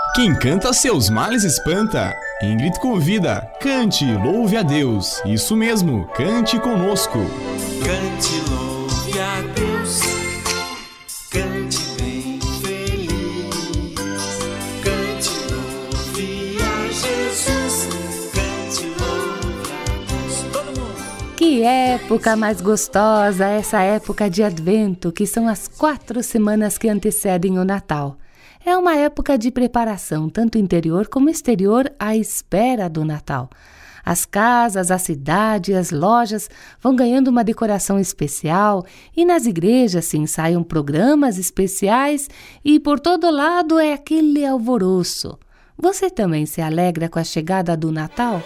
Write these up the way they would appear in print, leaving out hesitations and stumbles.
Quem canta seus males espanta. Ingrid convida, cante, louve a Deus. Isso mesmo, cante conosco. Cante, louve a Deus. Cante bem feliz. Cante, louve a Jesus. Cante, louve a Deus. Todo mundo. Que época mais gostosa essa época de Advento, que são as 4 semanas que antecedem o Natal. É uma época de preparação, tanto interior como exterior, à espera do Natal. As casas, a cidade, as lojas vão ganhando uma decoração especial e nas igrejas se ensaiam programas especiais e por todo lado é aquele alvoroço. Você também se alegra com a chegada do Natal?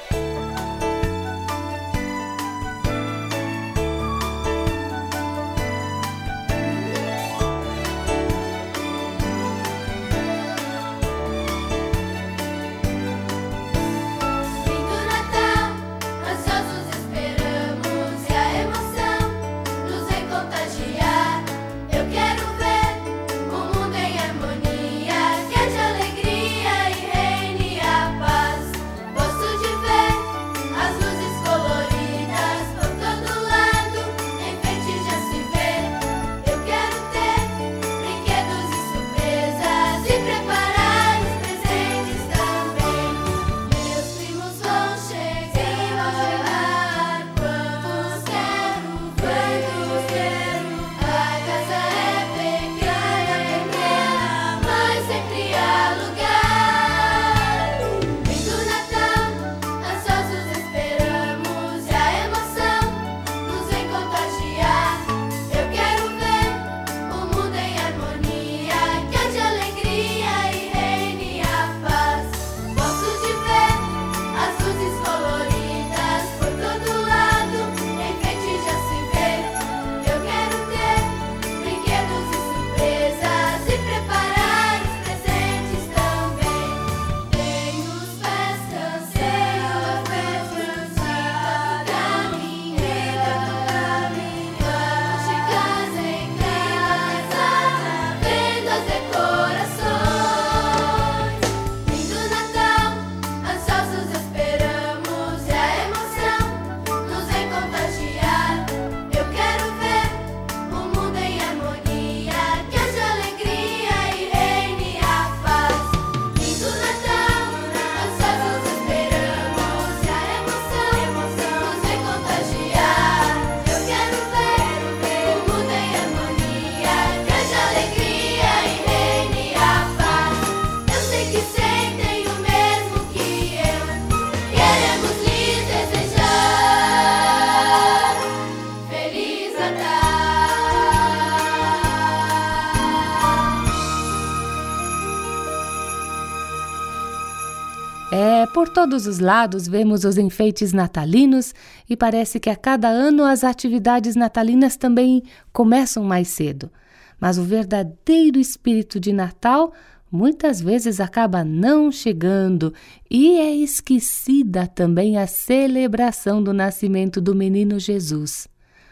Por todos os lados vemos os enfeites natalinos e parece que a cada ano as atividades natalinas também começam mais cedo. Mas o verdadeiro espírito de Natal muitas vezes acaba não chegando e é esquecida também a celebração do nascimento do menino Jesus.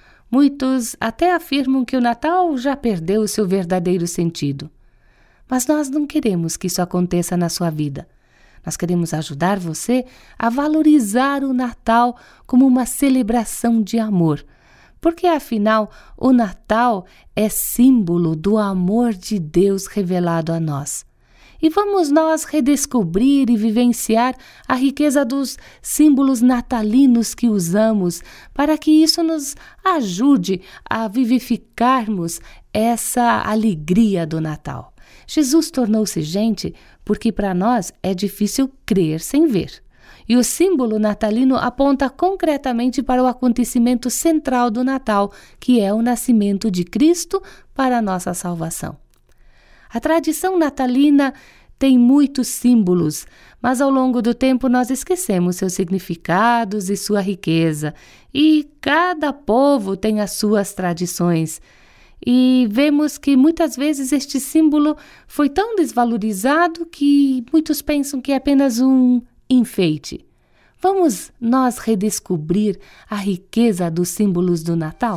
Muitos até afirmam que o Natal já perdeu o seu verdadeiro sentido. Mas nós não queremos que isso aconteça na sua vida. Nós queremos ajudar você a valorizar o Natal como uma celebração de amor, porque afinal o Natal é símbolo do amor de Deus revelado a nós. E vamos nós redescobrir e vivenciar a riqueza dos símbolos natalinos que usamos para que isso nos ajude a vivificarmos essa alegria do Natal. Jesus tornou-se gente porque para nós é difícil crer sem ver. E o símbolo natalino aponta concretamente para o acontecimento central do Natal, que é o nascimento de Cristo para a nossa salvação. A tradição natalina tem muitos símbolos, mas ao longo do tempo nós esquecemos seus significados e sua riqueza. E cada povo tem as suas tradições. E vemos que muitas vezes este símbolo foi tão desvalorizado que muitos pensam que é apenas um enfeite. Vamos nós redescobrir a riqueza dos símbolos do Natal?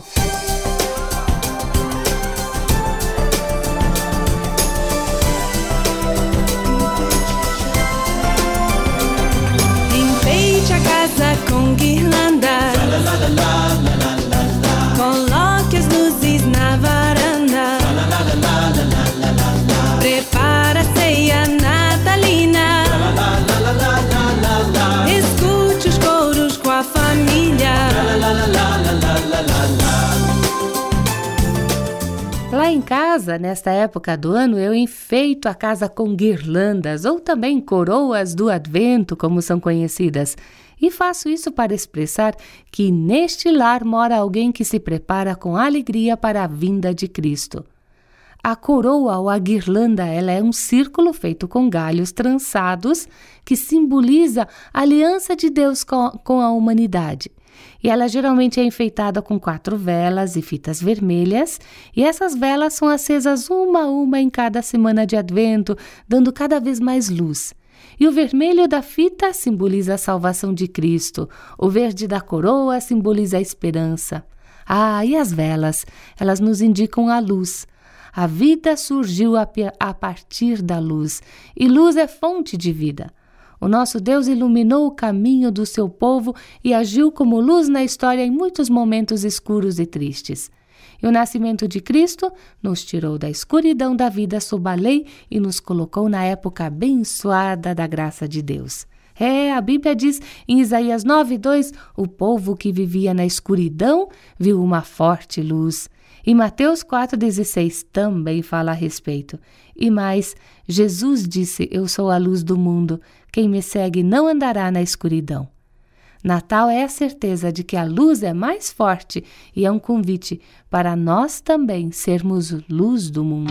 Lá em casa, nesta época do ano, eu enfeito a casa com guirlandas ou também coroas do Advento, como são conhecidas. E faço isso para expressar que neste lar mora alguém que se prepara com alegria para a vinda de Cristo. A coroa ou a guirlanda, ela é um círculo feito com galhos trançados que simboliza a aliança de Deus com a humanidade. E ela geralmente é enfeitada com 4 velas e fitas vermelhas, e essas velas são acesas uma a uma em cada semana de Advento, dando cada vez mais luz. E o vermelho da fita simboliza a salvação de Cristo, o verde da coroa simboliza a esperança. E as velas, elas nos indicam a luz. A vida surgiu a partir da luz, e luz é fonte de vida. O nosso Deus iluminou o caminho do seu povo e agiu como luz na história em muitos momentos escuros e tristes. E o nascimento de Cristo nos tirou da escuridão da vida sob a lei e nos colocou na época abençoada da graça de Deus. A Bíblia diz em Isaías 9:2, o povo que vivia na escuridão viu uma forte luz. E Mateus 4,16 também fala a respeito. E mais, Jesus disse, eu sou a luz do mundo, quem me segue não andará na escuridão. Natal é a certeza de que a luz é mais forte e é um convite para nós também sermos luz do mundo.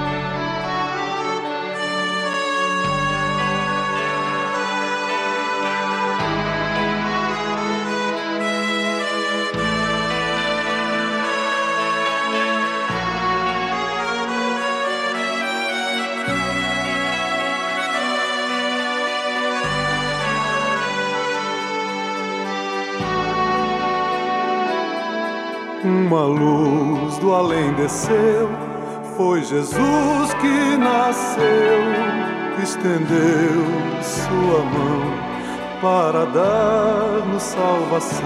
Uma luz do além desceu, foi Jesus que nasceu, estendeu sua mão para dar-nos salvação.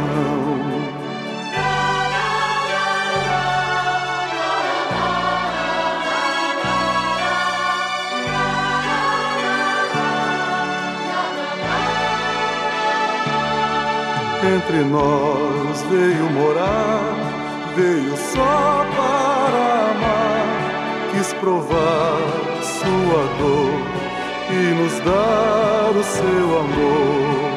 Entre nós veio morar, veio só para amar, quis provar sua dor e nos dar o seu amor.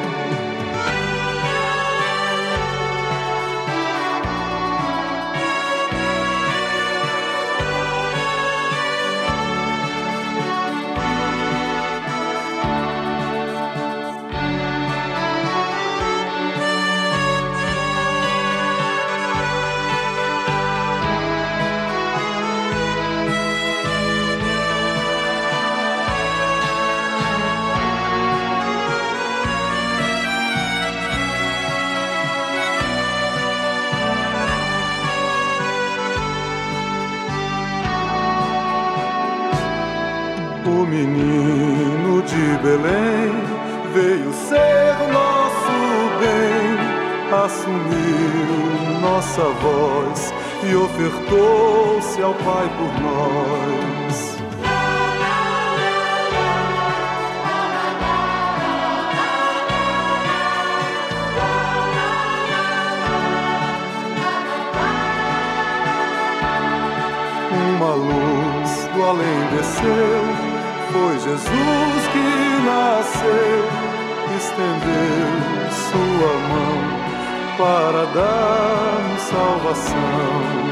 O menino de Belém veio ser o nosso bem, assumiu nossa voz e ofertou-se ao Pai por nós. Uma luz do além desceu, foi Jesus que nasceu, estendeu sua mão para dar-nos salvação.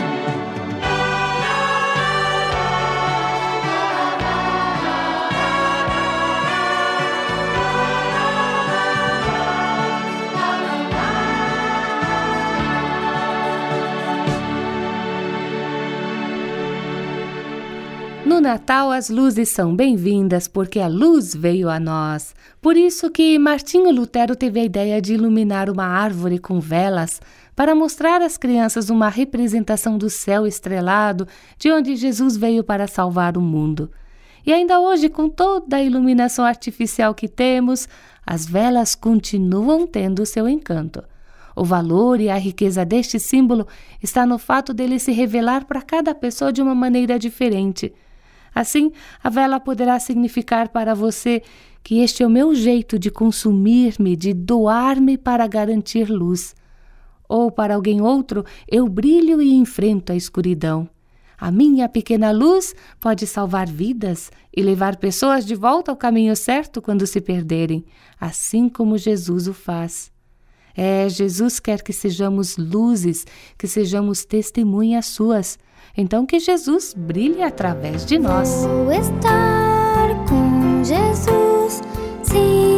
No Natal, as luzes são bem-vindas porque a luz veio a nós. Por isso que Martinho Lutero teve a ideia de iluminar uma árvore com velas para mostrar às crianças uma representação do céu estrelado de onde Jesus veio para salvar o mundo. E ainda hoje, com toda a iluminação artificial que temos, as velas continuam tendo seu encanto. O valor e a riqueza deste símbolo está no fato dele se revelar para cada pessoa de uma maneira diferente. Assim, a vela poderá significar para você que este é o meu jeito de consumir-me, de doar-me para garantir luz. Ou para alguém outro, eu brilho e enfrento a escuridão. A minha pequena luz pode salvar vidas e levar pessoas de volta ao caminho certo quando se perderem, assim como Jesus o faz. Jesus quer que sejamos luzes, que sejamos testemunhas suas. Então que Jesus brilhe através de nós. Vou estar com Jesus, sim.